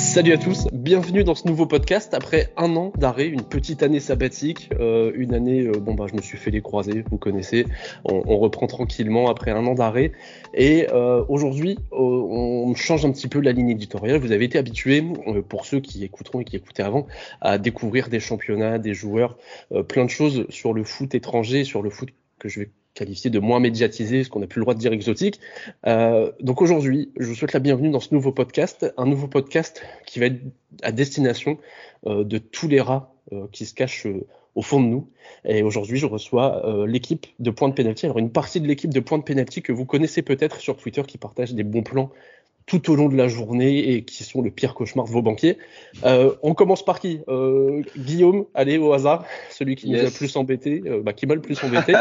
Salut à tous, bienvenue dans ce nouveau podcast. Après un an d'arrêt, une petite année sabbatique, une année, je me suis fait les croisés, vous connaissez. On reprend tranquillement après un an d'arrêt. Et aujourd'hui, on change un petit peu la ligne éditoriale. Vous avez été habitués, pour ceux qui écouteront et qui écoutaient avant, à découvrir des championnats, des joueurs, plein de choses sur le foot étranger, sur le foot que je vais qualifié de moins médiatisé, ce qu'on n'a plus le droit de dire exotique. Donc aujourd'hui, je vous souhaite la bienvenue dans ce nouveau podcast, un nouveau podcast qui va être à destination de tous les rats qui se cachent au fond de nous. Et aujourd'hui, je reçois l'équipe de Point de Pénalty. Alors une partie de l'équipe de Point de Pénalty que vous connaissez peut-être sur Twitter, qui partage des bons plans tout au long de la journée et qui sont le pire cauchemar de vos banquiers. On commence par qui Guillaume, allez, au hasard, celui qui nous a le plus embêté, qui m'a le plus embêté.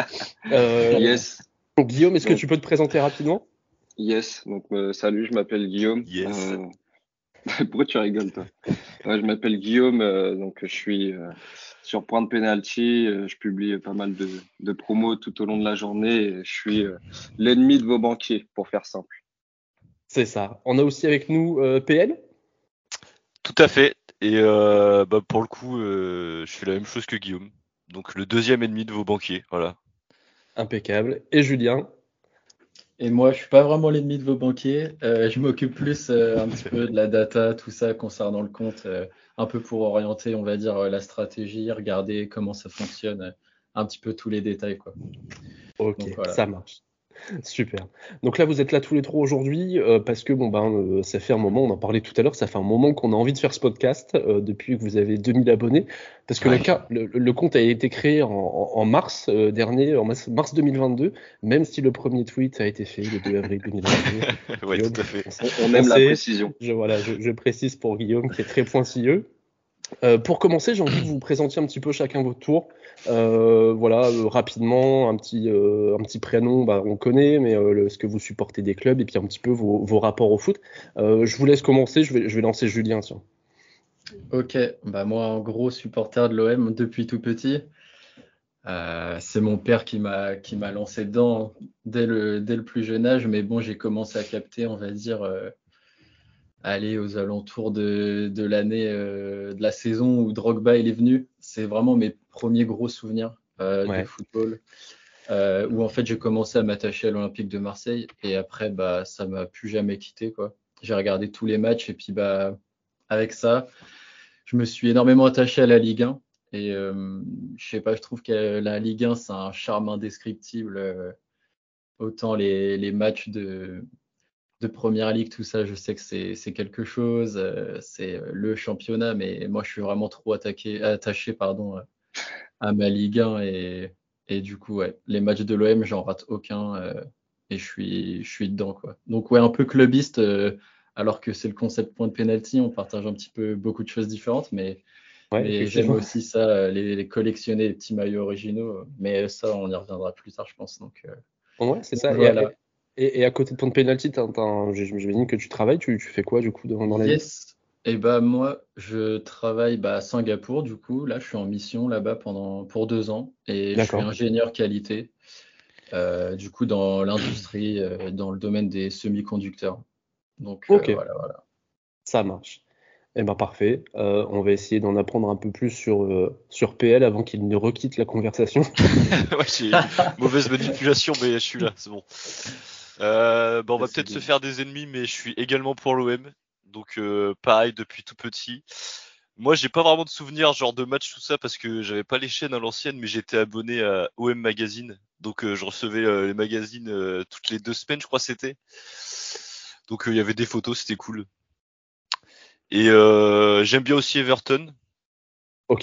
Yes. Guillaume, est-ce que tu peux te présenter rapidement? Yes, donc salut, je m'appelle Guillaume. Yes. Pourquoi tu rigoles, toi? Je m'appelle Guillaume, donc je suis sur Point de Pénalty. Je publie pas mal de promos tout au long de la journée. Et je suis l'ennemi de vos banquiers, pour faire simple. C'est ça. On a aussi avec nous PL. Tout à fait. Et pour le coup, je fais la même chose que Guillaume. Donc le deuxième ennemi de vos banquiers, voilà. Impeccable. Et Julien. Et moi, je suis pas vraiment l'ennemi de vos banquiers. Je m'occupe plus un petit peu de la data, tout ça concernant le compte, un peu pour orienter, on va dire, la stratégie, regarder comment ça fonctionne, un petit peu tous les détails, quoi. Ok, donc, voilà. Ça marche. Super. Donc là, vous êtes là tous les trois aujourd'hui parce que ça fait un moment, on en parlait tout à l'heure, ça fait un moment qu'on a envie de faire ce podcast depuis que vous avez 2000 abonnés. Parce que le compte a été créé en mars dernier, en mars 2022, même si le premier tweet a été fait le 2 avril 2022. Oui, tout à fait. On aime la précision. Je précise pour Guillaume qui est très pointilleux. Pour commencer, j'ai envie que vous vous présentiez un petit peu chacun votre tour. Rapidement, un petit prénom, on connaît, mais ce que vous supportez des clubs et puis un petit peu vos rapports au foot. Je vous laisse commencer, je vais lancer Julien. Tiens. Ok, moi, en gros, supporter de l'OM depuis tout petit. C'est mon père qui m'a lancé dedans dès le plus jeune âge, mais bon, j'ai commencé à capter, on va dire, aller aux alentours de l'année, de la saison où Drogba il est venu. C'est vraiment mes premiers gros souvenirs de football, où en fait j'ai commencé à m'attacher à l'Olympique de Marseille et après ça m'a plus jamais quitté, quoi. J'ai regardé tous les matchs et puis avec ça, je me suis énormément attaché à la Ligue 1 et je sais pas, je trouve que la Ligue 1 c'est un charme indescriptible. Autant les matchs de Première Ligue, tout ça, je sais que c'est quelque chose, c'est le championnat, mais moi je suis vraiment trop attaché à ma Ligue 1 et du coup, les matchs de l'OM, j'en rate aucun et je suis dedans, quoi. Donc un peu clubiste, alors que c'est le concept Point de Pénalty, on partage un petit peu beaucoup de choses différentes, mais j'aime aussi ça, les collectionner les petits maillots originaux, mais ça, on y reviendra plus tard, je pense. Donc, c'est ça. Voilà. Et à côté de Point de Pénalty, j'imagine que tu travailles, tu fais quoi du coup dans la vie? Yes. Et moi, je travaille à Singapour, du coup. Là, je suis en mission là-bas pour 2 ans et je suis ingénieur qualité, du coup, dans l'industrie, dans le domaine des semi-conducteurs. Donc, voilà. Ça marche. Parfait. On va essayer d'en apprendre un peu plus sur PL avant qu'il ne requitte la conversation. J'ai mauvaise manipulation, mais je suis là, c'est bon. On va peut-être se faire des ennemis, mais je suis également pour l'OM. Donc pareil depuis tout petit. Moi, j'ai pas vraiment de souvenirs genre de match tout ça parce que j'avais pas les chaînes à l'ancienne, mais j'étais abonné à OM Magazine. Donc je recevais les magazines toutes les 2 semaines, je crois c'était. Donc il y avait des photos, c'était cool. Et j'aime bien aussi Everton. Ok.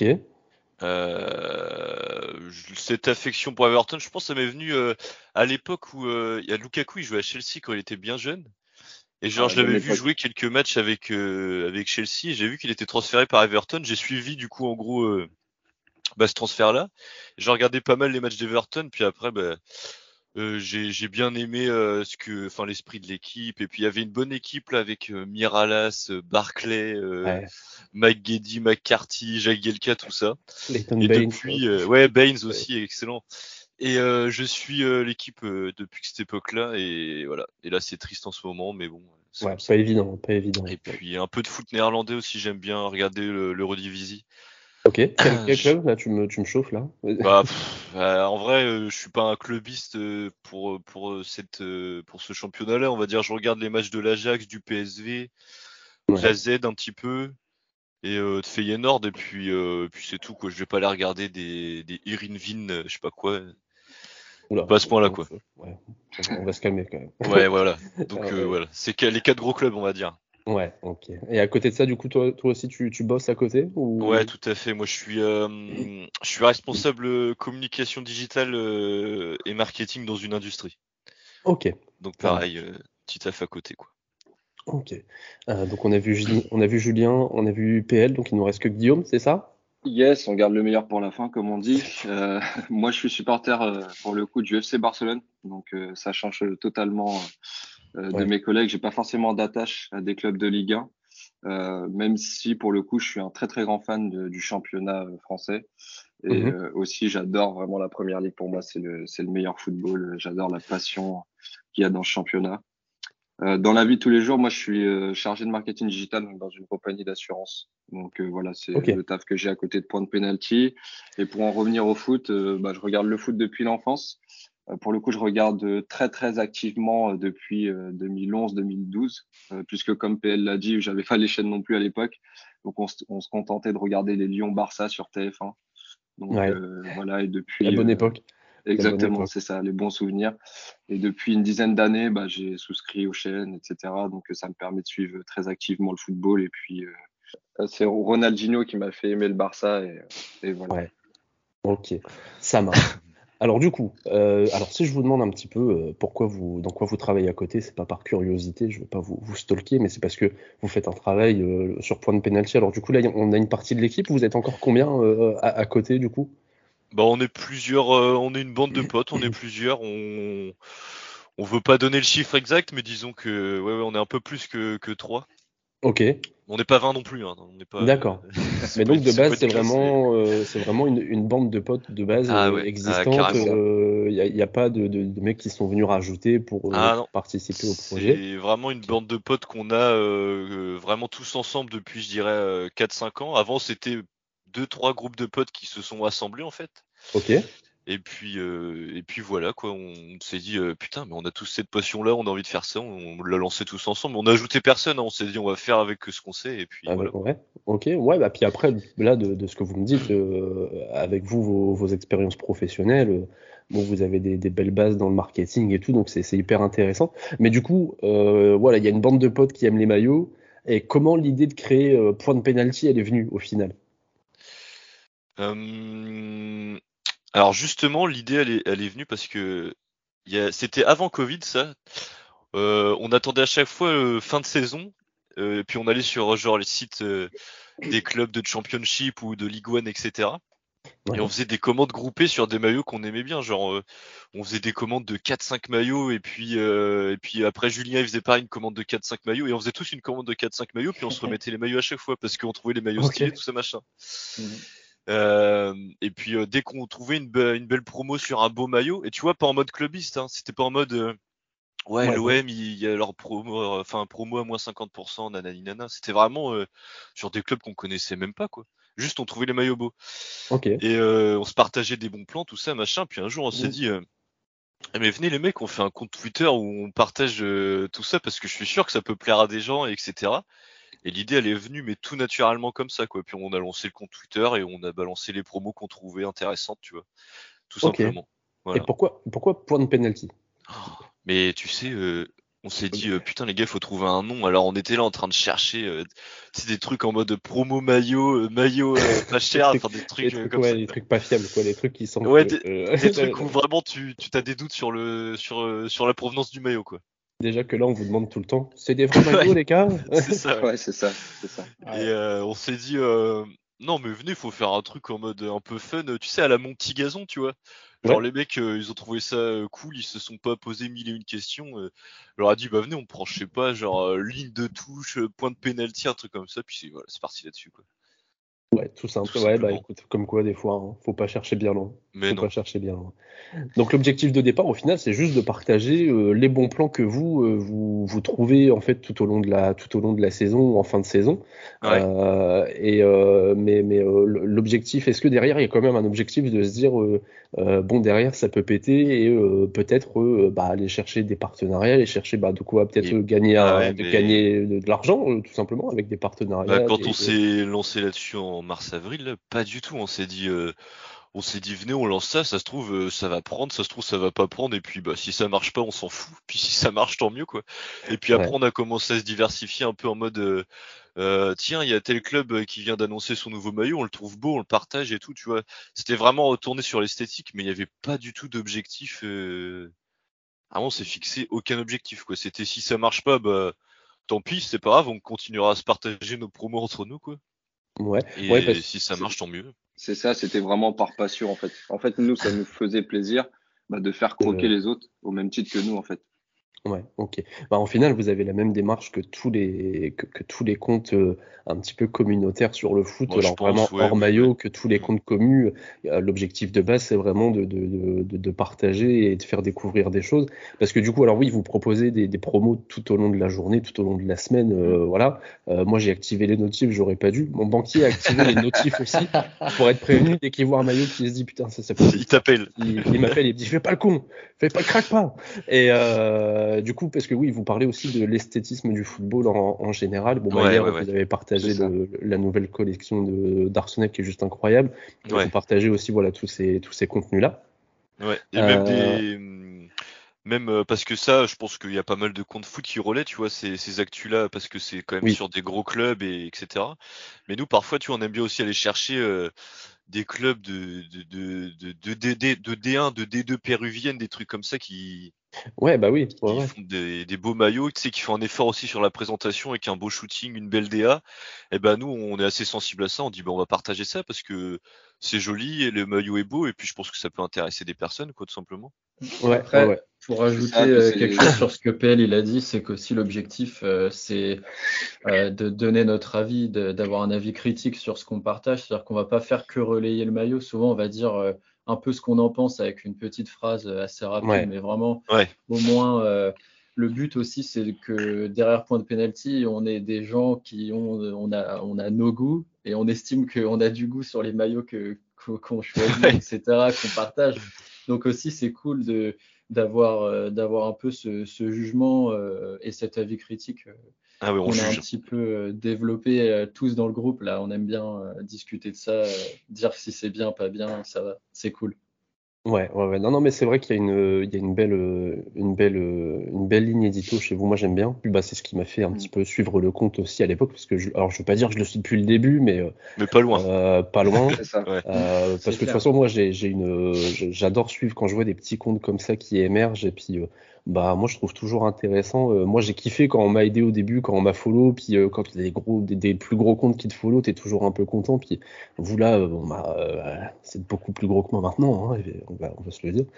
Cette affection pour Everton, je pense que ça m'est venu à l'époque où il y a Lukaku, il jouait à Chelsea quand il était bien jeune. Et je l'avais vu jouer quelques matchs avec Chelsea. Et j'ai vu qu'il était transféré par Everton. J'ai suivi du coup en gros ce transfert-là. J'ai regardé pas mal les matchs d'Everton. Puis après, j'ai bien aimé l'esprit de l'équipe. Et puis il y avait une bonne équipe là avec Miralas, Barclay, Mike Gedi, McCarthy, Jagielka, tout ça. Leighton et Baines, depuis, Baines aussi, excellent. Et je suis l'équipe depuis cette époque-là, et voilà. Et là, c'est triste en ce moment, mais bon. Ouais, pas évident, pas évident. Et puis un peu de foot néerlandais aussi, j'aime bien regarder l'Eredivisie. Ok, quel club là tu me chauffes là? En vrai, je suis pas un clubiste pour ce championnat-là. On va dire, je regarde les matchs de l'Ajax, du PSV, de la Z un petit peu, et de Feyenoord, et puis c'est tout quoi. Je vais pas aller regarder des Heerenveen, je sais pas quoi. Oula, Pas à ce point-là quoi. Ouais, on va se calmer quand même. Ouais, voilà. Donc voilà, c'est les 4 gros clubs, on va dire. Ouais, ok. Et à côté de ça, du coup, toi aussi, tu bosses à côté ou... Ouais, tout à fait. Moi, je suis responsable communication digitale et marketing dans une industrie. Ok. Donc pareil, petit taf à côté, quoi. Ok. Donc on a vu Julien, on a vu PL, donc il nous reste que Guillaume, c'est ça? Yes, on garde le meilleur pour la fin, comme on dit. Moi, je suis supporter pour le coup du FC Barcelone, donc ça change totalement de mes collègues. J'ai pas forcément d'attache à des clubs de Ligue 1, même si pour le coup, je suis un très très grand fan du championnat français. Et aussi, j'adore vraiment la Première Ligue. Pour moi, c'est le meilleur football. J'adore la passion qu'il y a dans ce championnat. Dans la vie de tous les jours, moi, je suis chargé de marketing digital dans une compagnie d'assurance. Donc voilà, c'est le taf que j'ai à côté de Point de Penalty. Et pour en revenir au foot, je regarde le foot depuis l'enfance. Pour le coup, je regarde très très activement depuis 2011-2012, puisque comme PL l'a dit, j'avais pas les chaînes non plus à l'époque. Donc on se contentait de regarder les Lyon-Barça sur TF1. Donc voilà, et depuis... La bonne époque. Exactement, c'est ça, les bons souvenirs. Et depuis une dizaine d'années, j'ai souscrit aux chaînes, etc. Donc ça me permet de suivre très activement le football. Et puis c'est Ronaldinho qui m'a fait aimer le Barça, et voilà. Ouais. Ok, ça marche. Alors du coup, alors si je vous demande un petit peu dans quoi vous travaillez à côté, c'est pas par curiosité, je veux pas vous stalker, mais c'est parce que vous faites un travail sur Point de Penalty. Alors du coup là, on a une partie de l'équipe. Vous êtes encore combien à côté du coup? On est plusieurs, on est une bande de potes, on est plusieurs. On veut pas donner le chiffre exact, mais disons que ouais, on est un peu plus que 3. Ok. On n'est pas 20 non plus, hein. On n'est pas. D'accord. Mais donc de c'est pas base, une classe, mais... c'est vraiment une bande de potes de base existante. carrément. Y a pas de mecs qui sont venus rajouter pour Non, participer au projet. c'est vraiment une bande de potes qu'on a vraiment tous ensemble depuis, je dirais, 4-5 ans. Avant, c'était 2-3 groupes de potes qui se sont assemblés en fait. Ok. Et puis voilà quoi, on s'est dit putain, mais on a tous cette passion-là, on a envie de faire ça, on l'a lancé tous ensemble. On n'a ajouté personne, hein, on s'est dit on va faire avec ce qu'on sait, et puis voilà. Ouais. Ok. Ouais. Bah puis après, là de ce que vous me dites, avec vous vos expériences professionnelles, bon vous avez des belles bases dans le marketing et tout, donc c'est hyper intéressant. Mais du coup, voilà, il y a une bande de potes qui aiment les maillots. Et comment l'idée de créer Point de Penalty elle est venue au final? Alors justement, l'idée elle est venue parce que c'était avant Covid ça. On attendait à chaque fois fin de saison, puis on allait sur genre les sites des clubs de Championship ou de Ligue 1, etc. Ouais. Et on faisait des commandes groupées sur des maillots qu'on aimait bien, genre on faisait des commandes de 4-5 maillots, et puis après Julien il faisait pareil, une commande de 4-5 maillots, et on faisait tous une commande de 4-5 maillots, puis on se remettait les maillots à chaque fois parce qu'on trouvait les maillots stylés, tout ça machin. Et puis dès qu'on trouvait une belle promo sur un beau maillot, et tu vois, pas en mode clubiste, hein, c'était pas en mode l'OM il y a leur promo, promo à moins 50%, nanani nana. C'était vraiment sur des clubs qu'on connaissait même pas quoi. Juste on trouvait les maillots beaux. Ok. Et on se partageait des bons plans, tout ça machin. Puis un jour on s'est dit mais venez les mecs, on fait un compte Twitter où on partage tout ça parce que je suis sûr que ça peut plaire à des gens, etc. Et l'idée, elle est venue, mais tout naturellement comme ça, quoi. Puis on a lancé le compte Twitter et on a balancé les promos qu'on trouvait intéressantes, tu vois. Tout Ok. simplement. Et Voilà. pourquoi Point de Penalty? Mais tu sais, on s'est dit, putain les gars, faut trouver un nom. Alors on était là en train de chercher des trucs en mode promo maillot, pas cher, enfin des trucs comme ça. Les trucs pas fiables, quoi, les trucs qui sentent Ouais, que, des trucs où vraiment tu t'as des doutes sur la provenance du maillot, quoi. déjà que là on vous demande tout le temps, c'est des vrais maillots les gars? C'est ça. Ouais, c'est ça. Et on s'est dit, non mais venez, faut faire un truc en mode un peu fun, tu sais, à la Monty Gazon, tu vois. Genre Ouais. les mecs, ils ont trouvé ça cool, ils se sont pas posé mille et une questions. On leur a dit, bah venez, on prend, je sais pas, genre ligne de touche, point de pénalty, un truc comme ça, puis voilà, c'est parti là-dessus, quoi. Ouais, tout simple. Tout Ouais, bah simplement. écoute, comme quoi des fois, hein, faut pas chercher bien loin. Mais Faut non. pas chercher bien loin. Donc l'objectif de départ, au final, c'est juste de partager les bons plans que vous trouvez en fait tout au long de la saison, en fin de saison. Ouais. Mais l'objectif, est-ce que derrière il y a quand même un objectif de se dire bon, derrière ça peut péter et peut-être aller chercher des partenariats, aller chercher de quoi peut-être Et- gagner Ah ouais, gagner de l'argent tout simplement avec des partenariats. quand on s'est lancé là-dessus en mars-avril, là, pas du tout. On s'est dit, venez, on lance ça. Ça se trouve, ça va prendre. Ça se trouve, ça va pas prendre. Et puis, si ça marche pas, on s'en fout. Puis si ça marche, tant mieux, quoi. Et puis après, Ouais. on a commencé à se diversifier un peu en mode, tiens, il y a tel club qui vient d'annoncer son nouveau maillot. On le trouve beau, on le partage et tout. Tu vois. C'était vraiment retourné sur l'esthétique, mais il n'y avait pas du tout d'objectif. Vraiment, on s'est fixé aucun objectif, quoi. C'était si ça marche pas, tant pis, c'est pas grave. On continuera à se partager nos promos entre nous, quoi. Ouais, ouais, Et parce si ça marche, tant mieux. C'est ça, c'était vraiment par passion en fait. En fait, nous, ça nous faisait plaisir de faire croquer que les autres au même titre que nous en fait. Ouais, ok. En final, vous avez la même démarche que tous les comptes un petit peu communautaires sur le foot, Moi, je alors vraiment pense, ouais, hors oui, ouais. maillot, que tous les Mm. comptes commus. L'objectif de base, c'est vraiment de partager et de faire découvrir des choses. Parce que du coup, alors oui, vous proposez des promos tout au long de la journée, tout au long de la semaine, voilà. Moi, j'ai activé les notifs, j'aurais pas dû. Mon banquier a activé les notifs aussi pour être prévenu dès qu'il voit un maillot qui se dit putain, ça c'est pas possible. Il t'appelle. Il m'appelle, il me dit fais pas le con, craque pas. Et du coup, parce que oui, vous parlez aussi de l'esthétisme du football en général. Bon, Ouais, hier, ouais, ouais. vous avez C'est partagé ça. la nouvelle collection d'Arsenal qui est juste incroyable. Et vous Ouais, partagez aussi voilà, tous ces contenus-là. ouais. Et même Euh, parce que ça, je pense qu'il y a pas mal de comptes foot qui relaient, tu vois, ces actus-là, parce que c'est quand même oui, sur des gros clubs et etc. Mais nous, parfois, tu vois, on aime bien aussi aller chercher des clubs de D1, de D2 péruviennes, des trucs comme ça ouais, bah oui, ouais, qui ouais. font des beaux maillots, tu sais, qui font un effort aussi sur la présentation avec un beau shooting, une belle DA. Et ben nous, on est assez sensible à ça. On dit on va partager ça parce que c'est joli et le maillot est beau et puis je pense que ça peut intéresser des personnes, quoi, tout simplement. Ouais, ouais, Après, ouais. pour C'est ça, ajouter puis quelque c'est chose sur ce que PL il a dit, c'est qu'aussi l'objectif, c'est de donner notre avis, d'avoir un avis critique sur ce qu'on partage. C'est-à-dire qu'on va pas faire que relayer le maillot. Souvent, on va dire un peu ce qu'on en pense avec une petite phrase assez rapide, Ouais, mais vraiment, Ouais, au moins, le but aussi, c'est que derrière point de penalty, on ait des gens on a nos goûts et on estime qu'on a du goût sur les maillots qu'on choisit, ouais. etc., qu'on partage. Donc aussi, c'est cool d'avoir un peu ce jugement et cet avis critique Ah ouais, on qu'on a un juge. petit peu développé tous dans le groupe. Là, on aime bien discuter de ça, dire si c'est bien, pas bien, ça va, c'est cool. ouais, ouais, ouais. Non, non, mais c'est vrai qu'il y a il y a une belle ligne édito chez vous. Moi, j'aime bien. Puis, c'est ce qui m'a fait un petit peu suivre le compte aussi à l'époque, parce que alors, je veux pas dire que je le suis depuis le début, mais Mais pas loin. pas loin. c'est ça. Ouais. Parce que C'est de toute clair. façon, moi, j'adore suivre quand je vois des petits comptes comme ça qui émergent. Et puis, moi, je trouve toujours intéressant. Moi, j'ai kiffé quand on m'a aidé au début, quand on m'a follow. Puis, quand il y a des plus gros comptes qui te follow, t'es toujours un peu content. Puis, vous là, c'est beaucoup plus gros que moi maintenant. Hein, et on va se le dire.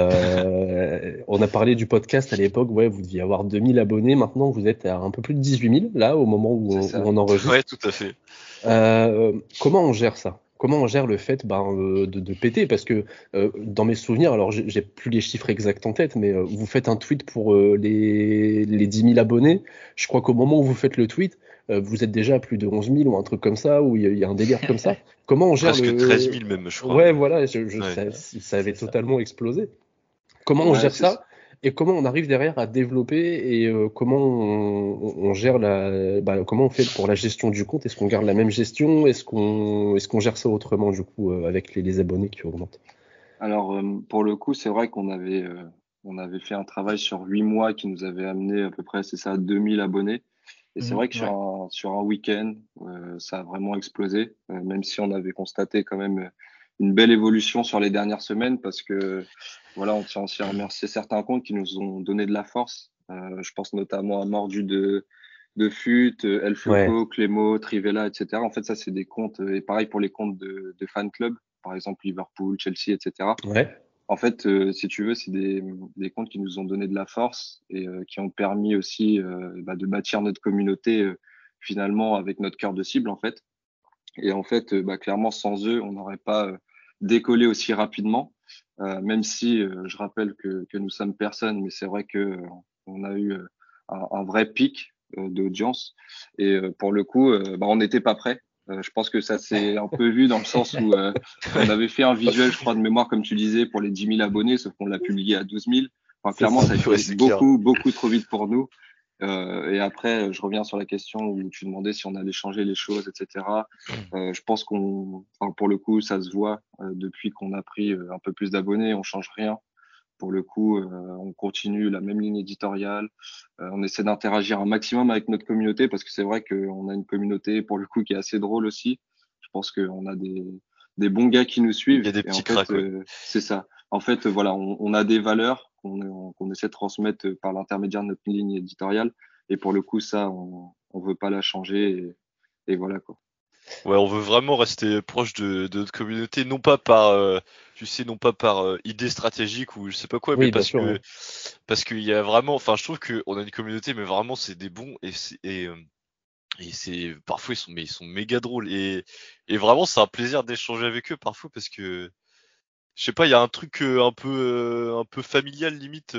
On a parlé du podcast à l'époque. Ouais, vous deviez avoir 2000 abonnés. Maintenant, vous êtes à un peu plus de 18 000 là, au moment C'est où ça. on Ouais, enregistre. tout à fait. Comment on gère ça? Comment on gère le fait de péter? Parce que dans mes souvenirs, alors j'ai plus les chiffres exacts en tête, mais vous faites un tweet pour les 10 000 abonnés. Je crois qu'au moment où vous faites le tweet, vous êtes déjà à plus de 11 000 ou un truc comme ça, où il y a un délire comme ça. Comment on gère Presque 13 le... 000 même, je crois. Ouais, voilà, Ouais. ça avait C'est ça. totalement explosé. Comment on Ouais, gère c'est ça. ça et comment on arrive derrière à développer et comment on gère comment on fait pour la gestion du compte? Est-ce qu'on garde la même gestion? Est-ce qu'on gère ça autrement du coup avec les abonnés qui augmentent? Alors, pour le coup, c'est vrai on avait fait un travail sur 8 mois qui nous avait amené à peu près, c'est ça, 2000 abonnés. Et c'est vrai que Ouais. sur un week-end, ça a vraiment explosé, même si on avait constaté quand même une belle évolution sur les dernières semaines parce que, voilà, on tient aussi à remercier certains comptes qui nous ont donné de la force. Je pense notamment à Mordu de Fut, El Ouais, Fuoco, Clémo, Trivella, etc. En fait, ça, c'est des comptes, et pareil pour les comptes de fan club, par exemple Liverpool, Chelsea, etc. ouais, En fait, si tu veux, c'est des comptes qui nous ont donné de la force et qui ont permis aussi de bâtir notre communauté finalement avec notre cœur de cible en fait. Et en fait, clairement, sans eux, on n'aurait pas décoller aussi rapidement. Même si je rappelle que nous sommes personnes, mais c'est vrai que on a eu un vrai pic d'audience. Et pour le coup, on n'était pas prêt. Je pense que ça s'est un peu vu dans le sens où on avait fait un visuel, je crois, de mémoire, comme tu disais, pour les 10 000 abonnés, sauf qu'on l'a publié à 12 000. Enfin, clairement, ça a été beaucoup trop vite pour nous. Et après, je reviens sur la question où tu demandais si on allait changer les choses, etc. Je pense pour le coup, ça se voit depuis qu'on a pris un peu plus d'abonnés, on change rien. Pour le coup, on continue la même ligne éditoriale. On essaie d'interagir un maximum avec notre communauté parce que c'est vrai qu'on a une communauté pour le coup qui est assez drôle aussi. Je pense qu'on a des bons gars qui nous suivent. Il y a des petits cracks. C'est ça. En fait, voilà, on a des valeurs qu'on essaie de transmettre par l'intermédiaire de notre ligne éditoriale. Et pour le coup, ça, on veut pas la changer. Et voilà quoi. Ouais, on veut vraiment rester proche de notre communauté, non pas par, idée stratégique ou je sais pas quoi, Oui, mais bien sûr, parce qu'il y a vraiment, enfin, je trouve qu'on a une communauté, mais vraiment c'est des bons et c'est parfois ils sont méga drôles et vraiment c'est un plaisir d'échanger avec eux parfois parce que je sais pas, il y a un truc un peu familial limite.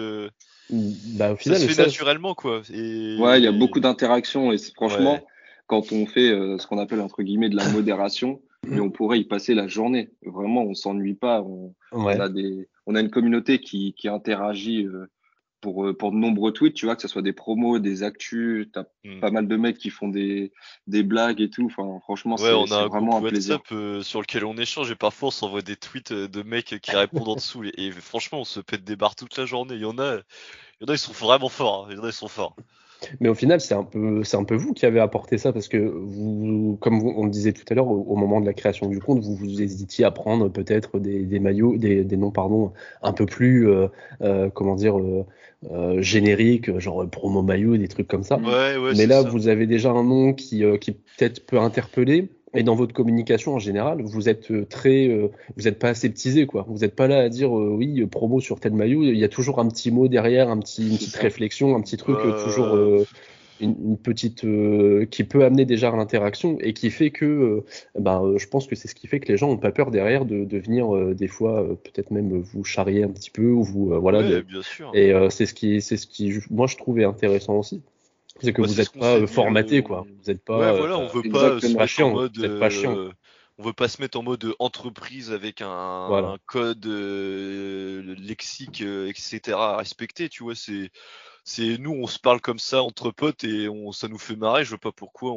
Au Ça final, se fait ça, naturellement quoi. Ouais, il y a beaucoup d'interactions et franchement, Ouais. quand on fait ce qu'on appelle entre guillemets de la modération, mais on pourrait y passer la journée. Vraiment, on s'ennuie pas. On ouais. a une communauté qui interagit pour de nombreux tweets, tu vois, que ce soit des promos, des actus. T'as Hmm. pas mal de mecs qui font des blagues et tout. Enfin, franchement, Ouais, on a c'est un groupe vraiment un plaisir. WhatsApp sur lequel on échange et parfois on s'envoie des tweets de mecs qui répondent en dessous et franchement on se pète des barres toute la journée. Il y en a ils sont vraiment forts, hein. Il y en a ils sont forts. Mais au final, c'est un peu vous qui avez apporté ça parce que on le disait tout à l'heure, au moment de la création du compte, vous hésitiez à prendre peut-être des maillots, des noms, pardon, un peu plus, comment dire, génériques, genre promo maillot, des trucs comme ça. Ouais, Mais c'est là, ça. vous avez déjà un nom qui peut-être peut interpeller. Et dans votre communication en général, vous êtes vous n'êtes pas aseptisé, quoi. Vous n'êtes pas là à dire oui, promo sur tel maillot. Il y a toujours un petit mot derrière, une C'est petite ça. réflexion, un petit truc toujours Euh, une petite qui peut amener déjà à l'interaction et qui fait que je pense que c'est ce qui fait que les gens ont pas peur derrière de venir des fois peut-être même vous charrier un petit peu ou vous voilà ouais, bien sûr. et c'est ce qui moi je trouvais intéressant aussi. C'est que Bah, vous c'est ce n'êtes qu'on s'est pas dit. formaté, quoi. Vous n'êtes Ouais, pas, voilà, on veut pas se Exactement. pas mettre en chiant. mode, Vous n'êtes pas chiant. on veut pas se mettre en mode entreprise avec Voilà. un code lexique, etc. à respecter. Tu vois, c'est nous, on se parle comme ça entre potes et ça nous fait marrer. Je vois pas pourquoi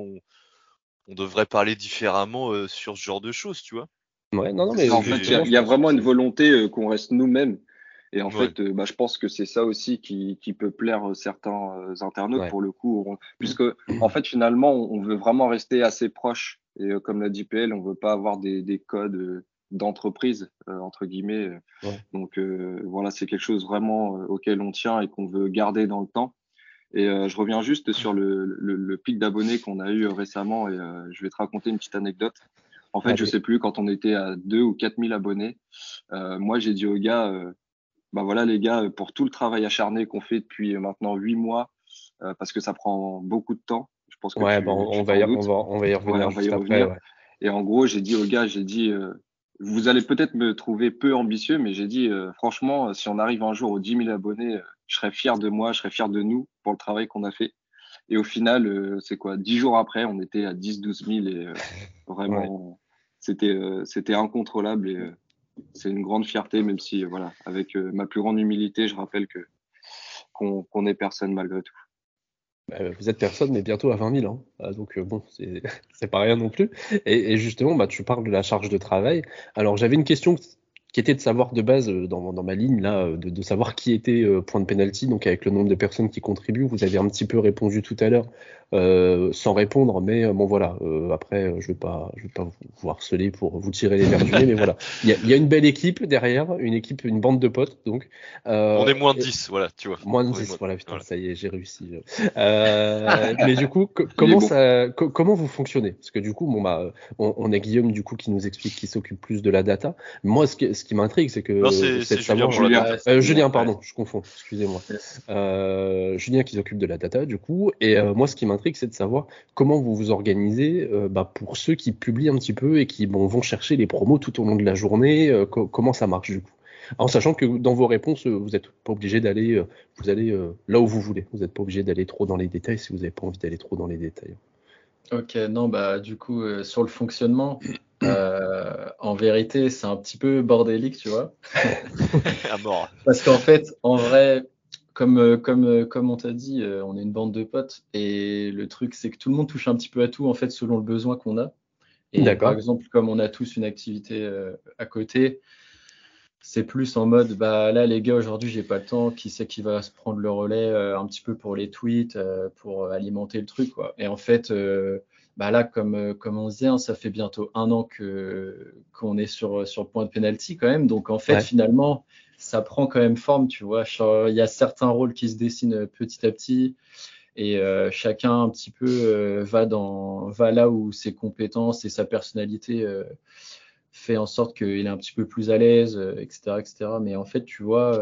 on devrait parler différemment sur ce genre de choses, tu vois. Ouais, non, C'est mais ça, en fait, justement, il je y a pense que vraiment une c'est. volonté qu'on reste nous-mêmes. Et en Ouais. fait, je pense que c'est ça aussi qui peut plaire certains internautes Ouais. pour le coup, puisque en fait, finalement, on veut vraiment rester assez proche. Et comme l'a dit PL, on veut pas avoir des codes d'entreprise entre guillemets. Ouais. Donc voilà, c'est quelque chose vraiment auquel on tient et qu'on veut garder dans le temps. Et je reviens juste sur le pic d'abonnés qu'on a eu récemment et je vais te raconter une petite anecdote. En fait, je Allez. sais plus, quand on était à 2 ou 4 000 abonnés, moi, j'ai dit aux gars, voilà les gars, pour tout le travail acharné qu'on fait depuis maintenant 8 mois, parce que ça prend beaucoup de temps, je pense que Ouais, tu t'en doutes. on va y Ouais, revenir on va y juste après. revenir. Ouais. Et en gros, j'ai dit aux gars, vous allez peut-être me trouver peu ambitieux, mais j'ai dit, franchement, si on arrive un jour aux 10 000 abonnés, je serais fier de moi, je serais fier de nous pour le travail qu'on a fait. Et au final, c'est quoi, 10 jours après, on était à 10-12 000 et Ouais. vraiment, c'était incontrôlable et c'est une grande fierté, même si, voilà, avec ma plus grande humilité, je rappelle qu'on est personne malgré tout. Vous êtes personne, mais bientôt à 20 000. Hein. Donc bon, c'est pas rien non plus. Et justement, tu parles de la charge de travail. Alors j'avais une question qui était de savoir de base dans ma ligne là, de savoir qui était point de penalty, donc avec le nombre de personnes qui contribuent. Vous avez un petit peu répondu tout à l'heure, sans répondre, mais bon voilà. Après, je vais pas vous harceler pour vous tirer les verres du nez, mais voilà. Il y a une belle équipe derrière, une bande de potes, donc. On est moins de Et, 10, voilà, tu vois. moins de On est 10, voilà, putain, voilà. ça y est, j'ai réussi. Mais du coup, Il est bon. comment vous fonctionnez? Parce que du coup, on a Guillaume du coup qui nous explique qu'il s'occupe plus de la data. Moi, ce ce qui m'intrigue, c'est que Non, c'est de Julien savoir. pour la data. Julien, pardon, je confonds, excusez-moi. Yes. Julien qui s'occupe de la data, du coup. Et moi, ce qui m'intrigue, c'est de savoir comment vous vous organisez pour ceux qui publient un petit peu et qui vont chercher les promos tout au long de la journée. Comment ça marche, du coup? En sachant que dans vos réponses, vous n'êtes pas obligé d'aller, vous allez là où vous voulez. Vous n'êtes pas obligé d'aller trop dans les détails si vous n'avez pas envie d'aller trop dans les détails. Ok, non, bah du coup, sur le fonctionnement, en vérité, c'est un petit peu bordélique, tu vois. À mort. Parce qu'en fait, en vrai, comme on t'a dit, on est une bande de potes et le truc, c'est que tout le monde touche un petit peu à tout, en fait, selon le besoin qu'on a. Et par D'accord. exemple, comme on a tous une activité à côté, c'est plus en mode, bah là, les gars, aujourd'hui, j'ai pas le temps. Qui c'est qui va se prendre le relais un petit peu pour les tweets, pour alimenter le truc, quoi. Et en fait, bah là, comme on se dit, hein, ça fait bientôt 1 an qu'on est sur point de penalty quand même. Donc en fait, Ouais. finalement, ça prend quand même forme, tu vois. Il y a certains rôles qui se dessinent petit à petit. Et chacun un petit peu va là où ses compétences et sa personnalité fait en sorte qu'il est un petit peu plus à l'aise, etc., etc. Mais en fait, tu vois,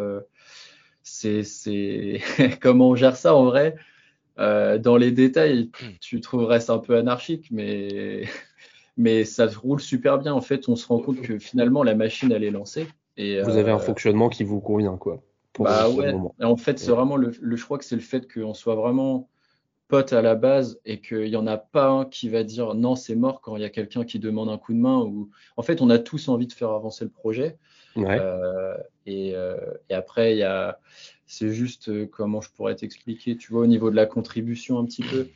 c'est comment on gère ça en vrai. Dans les détails, tu trouverais ça un peu anarchique, mais ça roule super bien. En fait, on se rend compte que finalement, la machine, elle est lancée. Et Vous avez un fonctionnement qui vous convient, quoi, pour bah le ouais. moment. Et en fait, c'est vraiment je crois que c'est le fait qu'on soit vraiment potes à la base et qu'il n'y en a pas un qui va dire non, c'est mort quand il y a quelqu'un qui demande un coup de main. Ou... En fait, on a tous envie de faire avancer le projet. Ouais. Et après, c'est juste comment je pourrais t'expliquer, tu vois, au niveau de la contribution un petit peu.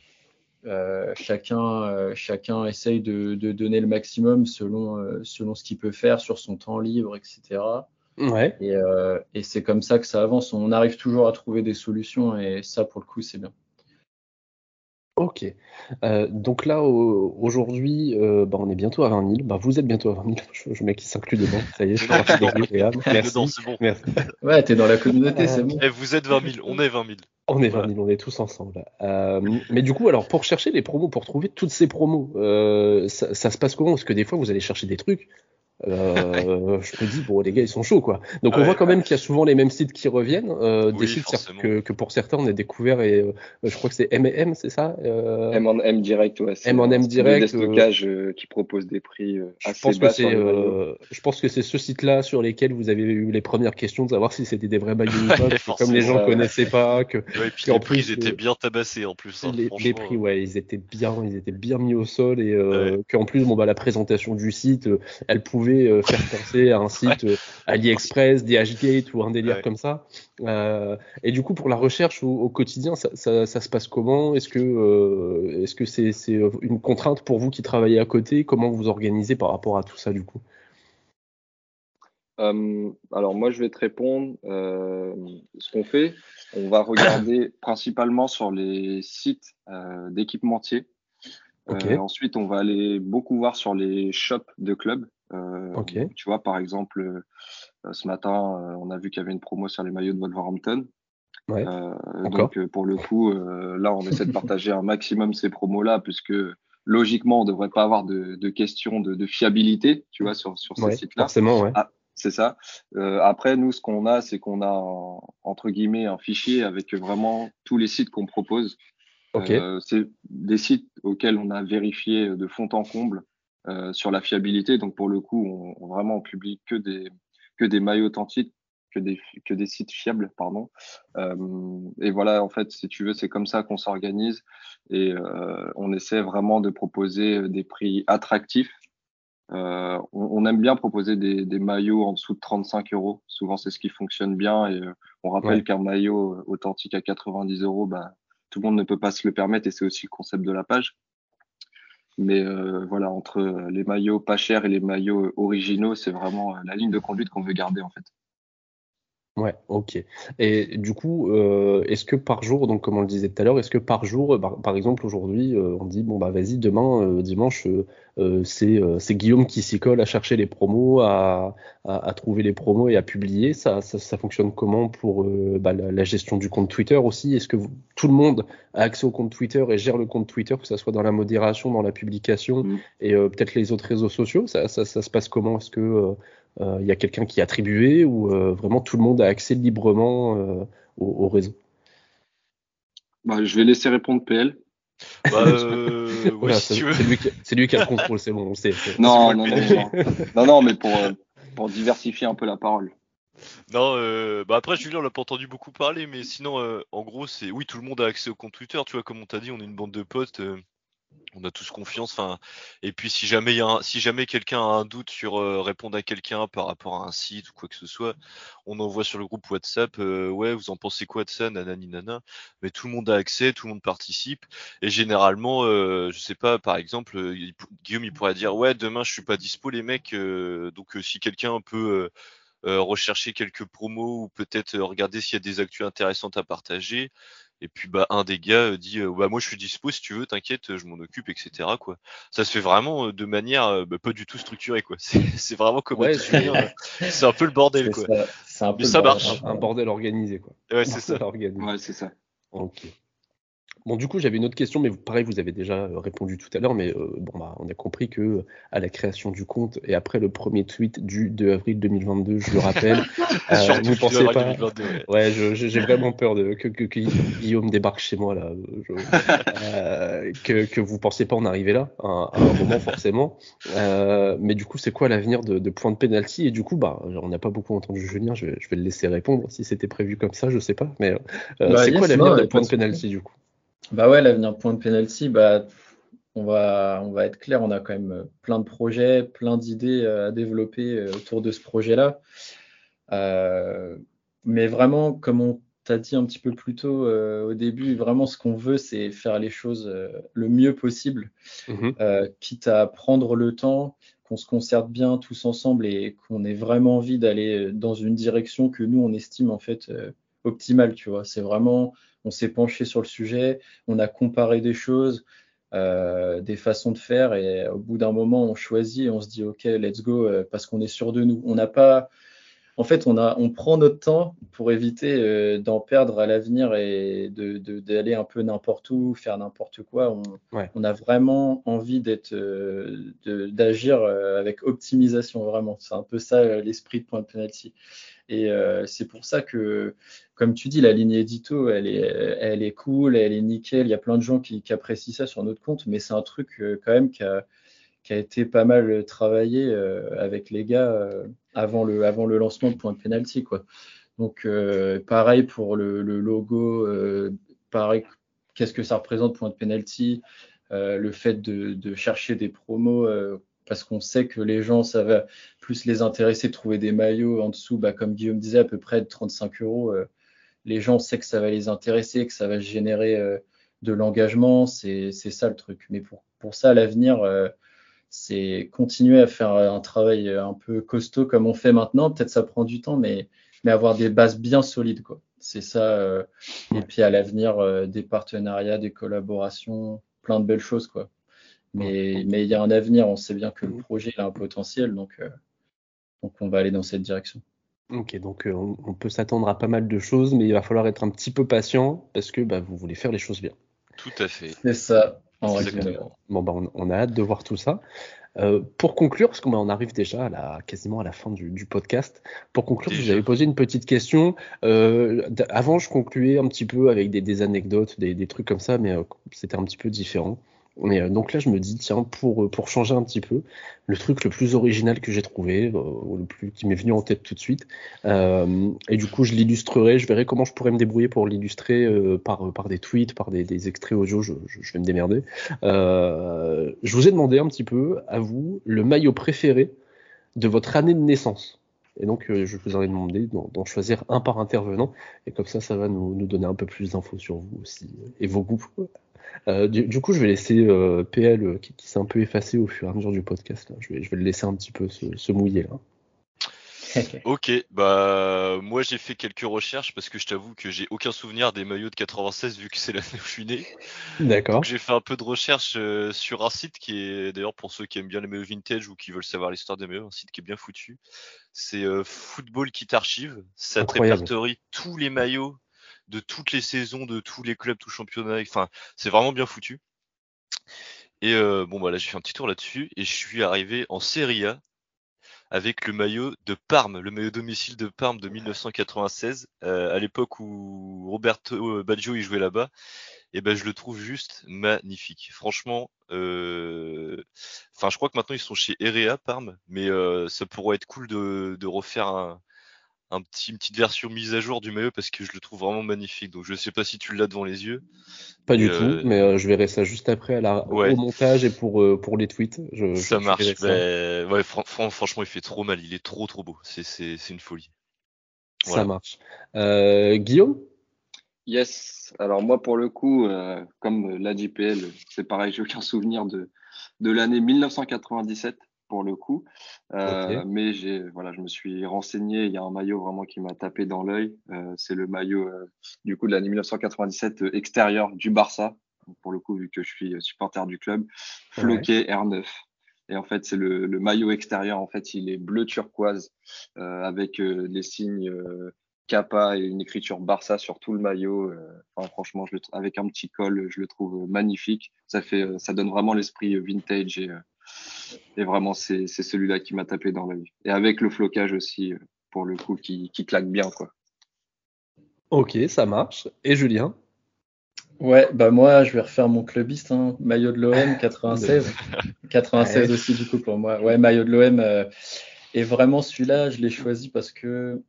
Chacun essaye de donner le maximum selon ce qu'il peut faire sur son temps libre, etc. Ouais. Et c'est comme ça que ça avance. On arrive toujours à trouver des solutions et ça, pour le coup, c'est bien. Ok. Donc là, aujourd'hui, on est bientôt à 20 000. Vous êtes bientôt à 20 000. Je mets qui s'inclut dedans. Ça y est, je suis parti des agréables. Merci. Dedans, c'est bon. Merci. Ouais, t'es dans la communauté, c'est bon. Eh, vous êtes 20 000, on est 20 000. On est 20 000, on est tous ensemble. Mais du coup, alors, pour chercher les promos, pour trouver toutes ces promos, ça se passe comment? Parce que des fois, vous allez chercher des trucs. Je me dis, bon, les gars, ils sont chauds, quoi. Donc, on voit quand même qu'il y a souvent les mêmes sites qui reviennent. Des Oui, sites forcément. que pour certains, on a découvert, et je crois que c'est M&M, c'est ça M&M Direct, ouais. C'est M&M un site de Direct, déstockage qui propose des prix je assez pense que bas sur les maillots. je pense que c'est ce site-là sur lesquels vous avez eu les premières questions de savoir si c'était des vrais maillots ou pas. Ouais, Parce que comme les gens forcément. connaissaient pas, Ouais, et puis qu'en les prix, plus, ils étaient bien tabassés en plus. Hein, les franchement. prix, ouais, ils étaient bien mis au sol, et Ouais. qu'en plus, la présentation du site, elle pouvait faire penser à un site AliExpress, DHgate ou un délire Ouais. comme ça. Et du coup, pour la recherche au quotidien, ça se passe comment? Est-ce que c'est une contrainte pour vous qui travaillez à côté? Comment vous organisez par rapport à tout ça, du coup? Alors moi, je vais te répondre. Ce qu'on fait, on va regarder principalement sur les sites d'équipementiers. Ok, Ensuite, on va aller beaucoup voir sur les shops de clubs. ok, Tu vois, par exemple, ce matin, on a vu qu'il y avait une promo sur les maillots de Wolverhampton. ouais, encore. Donc, pour le coup, là, on essaie de partager un maximum ces promos-là, puisque logiquement, on ne devrait pas avoir de questions de fiabilité, tu vois, sur ces Ouais, sites-là. forcément, ouais. Ah, c'est ça. Après, nous, ce qu'on a, c'est qu'on a, entre guillemets, un fichier avec vraiment tous les sites qu'on propose. Ok, C'est des sites auxquels on a vérifié de fond en comble sur la fiabilité. Donc, pour le coup, on publie que des maillots authentiques, que des sites fiables, pardon. Et voilà, en fait, si tu veux, c'est comme ça qu'on s'organise et on essaie vraiment de proposer des prix attractifs. On aime bien proposer des maillots en dessous de 35 euros. Souvent, c'est ce qui fonctionne bien. Et on rappelle ouais. qu'un maillot authentique à 90 euros, bah, tout le monde ne peut pas se le permettre et c'est aussi le concept de la page. Mais voilà, entre les maillots pas chers et les maillots originaux, c'est vraiment la ligne de conduite qu'on veut garder en fait. Ouais, ok. Et du coup, est-ce que par jour, donc comme on le disait tout à l'heure, est-ce que par jour, par exemple aujourd'hui, on dit bon bah vas-y demain dimanche, c'est Guillaume qui s'y colle à chercher les promos, à trouver les promos et à publier. Ça fonctionne comment pour la gestion du compte Twitter aussi? Est-ce que tout le monde a accès au compte Twitter et gère le compte Twitter, que ça soit dans la modération, dans la publication et peut-être les autres réseaux sociaux? Ça se passe comment? Est-ce que Il y a quelqu'un qui est attribué ou vraiment tout le monde a accès librement au réseau? Bah, je vais laisser répondre PL. Bah, oui, Voilà, si tu veux. c'est lui qui a le contrôle, c'est bon, on sait. Non, moi le non, non, PDG. non, non, non, mais pour diversifier un peu la parole. Non, bah après Julien, on l'a pas entendu beaucoup parler, mais sinon, en gros, c'est oui, tout le monde a accès au compte Twitter, tu vois, comme on t'a dit, on est une bande de potes, on a tous confiance, enfin, et puis si jamais quelqu'un a un doute sur répondre à quelqu'un par rapport à un site ou quoi que ce soit, on envoie sur le groupe WhatsApp, ouais, vous en pensez quoi de ça, nanani nana, mais tout le monde a accès, tout le monde participe, et généralement, je sais pas, par exemple, Guillaume il pourrait dire, ouais, demain je suis pas dispo les mecs, donc si quelqu'un peut rechercher quelques promos ou peut-être regarder s'il y a des actus intéressantes à partager. Et puis bah un des gars dit bah moi je suis dispo si tu veux, t'inquiète, je m'en occupe, etc. quoi. Ça se fait vraiment de manière bah, pas du tout structurée quoi. C'est vraiment comme a Ouais, dit Julien, c'est un peu le bordel C'est quoi. ça, c'est un Mais peu le ça bordel. marche. un bordel organisé, quoi. Ouais Un c'est ça. bordel organisé. Ouais, c'est ça. Ok. Bon, du coup, j'avais une autre question, mais pareil, vous avez déjà répondu tout à l'heure, mais bon, bah, on a compris que à la création du compte et après le premier tweet du 2 avril 2022, je le rappelle, Surtout vous le pensez 2 pas. 2022, ouais. Ouais, j'ai vraiment peur que Guillaume débarque chez moi là, que vous pensiez pas en arriver là à un moment forcément. Mais du coup, c'est quoi l'avenir de Point de Penalty? Et du coup, bah, on n'a pas beaucoup entendu Julien, je vais le laisser répondre si c'était prévu comme ça, je sais pas. Mais Bah, c'est quoi yes, l'avenir non, de y a pas Point de de souci. Penalty du coup? Bah ouais, l'avenir de Point de Penalty, bah, on va être clair, on a quand même plein de projets, plein d'idées à développer autour de ce projet-là. Mais vraiment, comme on t'a dit un petit peu plus tôt au début, vraiment ce qu'on veut, c'est faire les choses le mieux possible, Mhm. quitte à prendre le temps, qu'on se concerte bien tous ensemble et qu'on ait vraiment envie d'aller dans une direction que nous, on estime en fait optimale, tu vois. C'est vraiment, on s'est penché sur le sujet, on a comparé des choses, des façons de faire et au bout d'un moment, on choisit et on se dit, OK, let's go, parce qu'on est sûr de nous. On n'a pas en fait, on prend notre temps pour éviter d'en perdre à l'avenir et d'aller un peu n'importe où, faire n'importe quoi. Ouais. On a vraiment envie d'agir avec optimisation, vraiment. C'est un peu ça l'esprit de Point de Penalty. Et c'est pour ça que, comme tu dis, la ligne édito, elle est cool, elle est nickel. Il y a plein de gens qui apprécient ça sur notre compte, mais c'est un truc quand même qui a été pas mal travaillé avec les gars avant le lancement de Point de Penalty, quoi. Donc, pareil pour le logo, pareil, qu'est-ce que ça représente Point de Penalty, le fait de chercher des promos, parce qu'on sait que les gens, ça va plus les intéresser de trouver des maillots en dessous, bah, comme Guillaume disait, à peu près de 35 euros. Les gens, on sait que ça va les intéresser, que ça va générer de l'engagement, c'est ça le truc. Mais pour ça, à l'avenir, c'est continuer à faire un travail un peu costaud comme on fait maintenant. Peut-être ça prend du temps, mais avoir des bases bien solides, quoi. C'est ça. Et puis à l'avenir, des partenariats, des collaborations, plein de belles choses, quoi. Mais il y a un avenir. On sait bien que le projet il a un potentiel, donc on va aller dans cette direction. Ok, donc on peut s'attendre à pas mal de choses, mais il va falloir être un petit peu patient parce que bah, vous voulez faire les choses bien. Tout à fait. C'est ça, en résumé. Exactement. Bon, bah, on a hâte de voir tout ça. Pour conclure, parce qu'on arrive déjà quasiment à la fin du podcast, pour conclure, je vous Déjà. avais posé une petite question. Avant, je concluais un petit peu avec des anecdotes, des trucs comme ça, mais c'était un petit peu différent. Mais donc là, je me dis, tiens, pour changer un petit peu, le truc le plus original que j'ai trouvé, qui m'est venu en tête tout de suite, et du coup, je l'illustrerai, je verrai comment je pourrais me débrouiller pour l'illustrer par des tweets, par des extraits audio, je vais me démerder. Je vous ai demandé un petit peu, à vous, le maillot préféré de votre année de naissance. Et donc, je vous aurais demandé d'en choisir un par intervenant. Et comme ça va nous donner un peu plus d'infos sur vous aussi et vos goûts. Du coup, je vais laisser PL qui s'est un peu effacé au fur et à mesure du podcast. Là. Je vais le laisser un petit peu se mouiller là. Ok, bah moi j'ai fait quelques recherches parce que je t'avoue que j'ai aucun souvenir des maillots de 96 vu que c'est l'année où je suis né. Donc D'accord. j'ai fait un peu de recherche sur un site qui est d'ailleurs pour ceux qui aiment bien les maillots vintage ou qui veulent savoir l'histoire des maillots, un site qui est bien foutu. C'est Football Kit Archive. Ça te Incroyable. répertorie tous les maillots de toutes les saisons, de tous les clubs, tout championnat. Enfin, c'est vraiment bien foutu. Et bon bah là j'ai fait un petit tour là-dessus et je suis arrivé en Serie A avec le maillot de Parme, le maillot domicile de Parme de 1996, à l'époque où Roberto Baggio y jouait là-bas. Et ben je le trouve juste magnifique. Franchement, je crois que maintenant ils sont chez Erea Parme, mais ça pourrait être cool de refaire une petite version mise à jour du maillot parce que je le trouve vraiment magnifique. Donc je sais pas si tu l'as devant les yeux. Pas du tout, mais je verrai ça juste après au montage et pour les tweets. Ça marche. Ça. Ouais, franchement, il fait trop mal. Il est trop beau. C'est une folie. Voilà. Ça marche. Guillaume? Yes. Alors moi, pour le coup, comme l'a dit PL, c'est pareil, j'ai aucun souvenir de l'année 1997 pour le coup. Okay. Mais je me suis renseigné. Il y a un maillot vraiment qui m'a tapé dans l'œil. C'est le maillot du coup de l'année 1997 extérieur du Barça. Donc, pour le coup, vu que je suis supporter du club, floqué R9. Et en fait, c'est le maillot extérieur. En fait, il est bleu turquoise avec les signes Kappa et une écriture Barça sur tout le maillot. Franchement, avec un petit col, je le trouve magnifique. Ça donne vraiment l'esprit vintage et vraiment c'est celui-là qui m'a tapé dans l'œil. Et avec le flocage aussi, pour le coup, qui claque bien, quoi. Ok, ça marche. Et Julien? Ouais, bah moi je vais refaire mon clubiste, hein. Maillot de l'OM 96. 96 aussi du coup pour moi. Ouais, maillot de l'OM. Et vraiment celui-là, je l'ai choisi parce que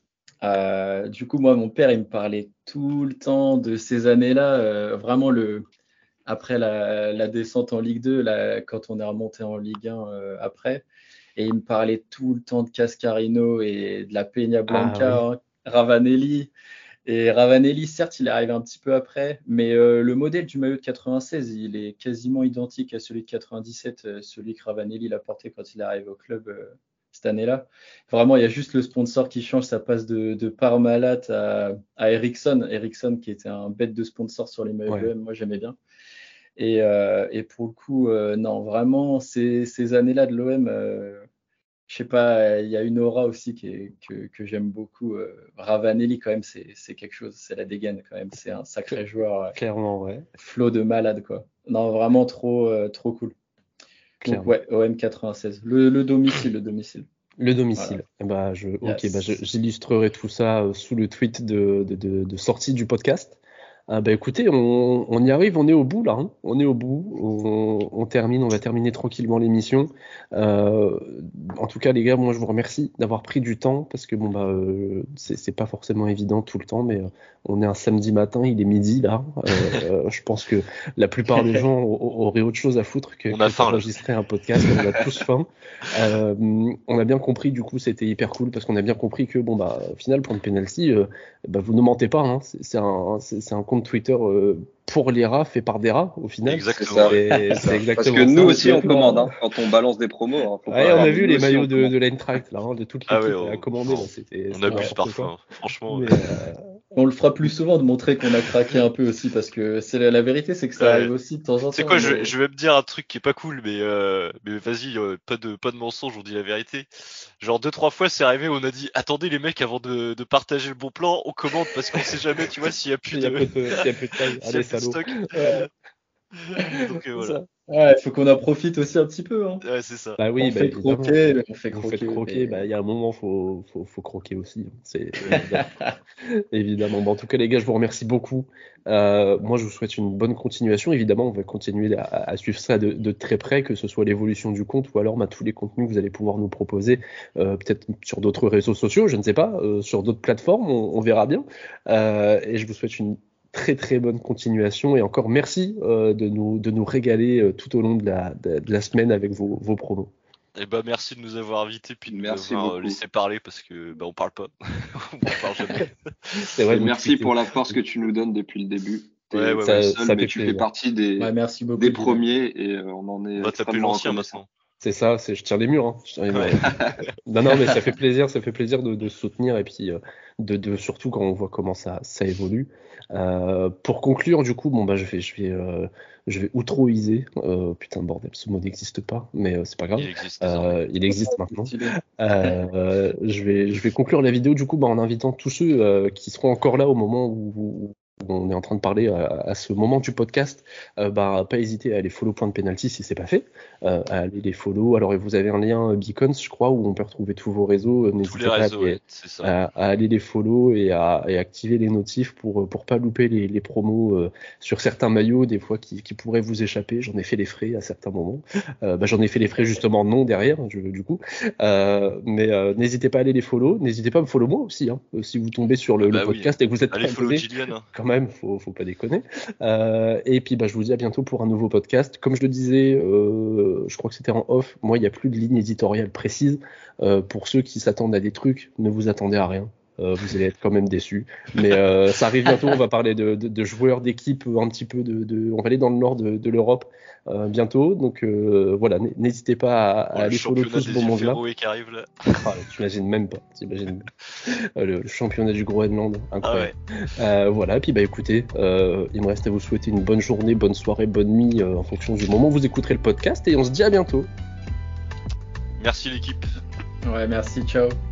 du coup moi mon père il me parlait tout le temps de ces années-là, vraiment après la descente en Ligue 2, quand on est remonté en Ligue 1 après, et il me parlait tout le temps de Cascarino et de la Peña Blanca, hein, Ravanelli. Et Ravanelli, certes, il est arrivé un petit peu après, mais le modèle du maillot de 96, il est quasiment identique à celui de 97, celui que Ravanelli l'a porté quand il est arrivé au club cette année-là. Vraiment, il y a juste le sponsor qui change, ça passe de Parmalat à Ericsson. Ericsson qui était un bête de sponsor sur les maillots de l'OM, moi j'aimais bien. Et pour le coup, non, vraiment, ces années-là de l'OM, je sais pas, il y a une aura aussi que j'aime beaucoup. Ravanelli, quand même, c'est quelque chose, c'est la dégaine quand même, c'est un sacré joueur. Clairement, ouais. Flow de malade, quoi. Non, vraiment trop cool. Clairement. Donc, ouais, OM 96. Le domicile. Le domicile. Voilà. J'illustrerai tout ça sous le tweet de sortie du podcast. Écoutez, on y arrive, on est au bout là, hein. On est au bout, on va terminer tranquillement l'émission. En tout cas les gars, moi je vous remercie d'avoir pris du temps parce que c'est pas forcément évident tout le temps, mais on est un samedi matin, il est midi là. Je pense que la plupart des gens auraient autre chose à foutre que d'enregistrer un podcast. On a tous faim. On a bien compris, du coup c'était hyper cool parce qu'on a bien compris que au final prendre penalty, vous ne mentez pas, hein. C'est un compte Twitter pour les rats fait par des rats au final. Exactement. C'est exactement parce que nous aussi on commande, hein, quand on balance des promos. Hein, on a vu les maillots de l'Eintracht là, hein, de toute l'équipe à commander. On abuse parfois, franchement. On le fera plus souvent de montrer qu'on a craqué un peu aussi parce que c'est la vérité, c'est que ça arrive aussi de temps en temps. C'est quoi, je vais me dire un truc qui est pas cool, mais vas-y, pas de mensonge, on dit la vérité. Genre 2-3 fois c'est arrivé, on a dit attendez les mecs avant de partager le bon plan, on commande parce qu'on sait jamais, tu vois, s'il y a plus de taille, allez salaud. Stock. Donc voilà. Ouais, il faut qu'on en profite aussi un petit peu, hein. Ouais, c'est ça. Bah oui, on fait croquer. Il y a un moment, faut croquer aussi. C'est évidemment. En tout cas, les gars, je vous remercie beaucoup. Moi, je vous souhaite une bonne continuation. Évidemment, on va continuer à suivre ça de très près, que ce soit l'évolution du compte ou alors tous les contenus que vous allez pouvoir nous proposer, peut-être sur d'autres réseaux sociaux, je ne sais pas, sur d'autres plateformes, on verra bien. Et je vous souhaite une très très bonne continuation et encore merci de nous régaler tout au long de la semaine avec vos promos. Et merci de nous avoir invités puis de nous avoir laissé parler parce que on parle pas. On parle jamais. C'est vrai, merci pour la force que tu nous donnes depuis le début. Mais tu fais partie des premiers et on en est. On va t'appeler l'ancien maintenant. C'est ça, je tiens les murs. Hein. Non, mais ça fait plaisir de soutenir et puis de surtout quand on voit comment ça évolue. Pour conclure, du coup, je vais outroiser. Putain, bordel, ce mot n'existe pas, mais c'est pas grave. Il existe maintenant. Je vais conclure la vidéo du coup en invitant tous ceux qui seront encore là au moment où on est en train de parler à ce moment du podcast, pas hésiter à aller follow Point de Penalty si c'est pas fait, à aller les follow. Alors vous avez un lien Beacons, je crois, où on peut retrouver tous vos réseaux. Tous les réseaux, c'est ça. À aller les follow et activer les notifs pour pas louper les promos sur certains maillots des fois qui pourraient vous échapper. J'en ai fait les frais à certains moments. J'en ai fait les frais justement non derrière du coup. Mais n'hésitez pas à aller les follow. N'hésitez pas à me follow moi aussi. Si vous tombez sur le podcast et que vous êtes allez follow Gillian. Quand même, faut pas déconner. Et puis je vous dis à bientôt pour un nouveau podcast. Comme je le disais, je crois que c'était en off, moi il n'y a plus de ligne éditoriale précise. Pour ceux qui s'attendent à des trucs, ne vous attendez à rien. Vous allez être quand même déçus. Mais ça arrive bientôt, on va parler de joueurs d'équipe un petit peu on va aller dans le nord de l'Europe bientôt. Donc voilà, n'hésitez pas à aller follow tout ce beau monde-là. Qui arrive là. T'imagines même pas. Le championnat du Groenland, incroyable. Voilà, et puis écoutez, il me reste à vous souhaiter une bonne journée, bonne soirée, bonne nuit en fonction du moment où vous écouterez le podcast et on se dit à bientôt. Merci l'équipe. Ouais, merci, ciao.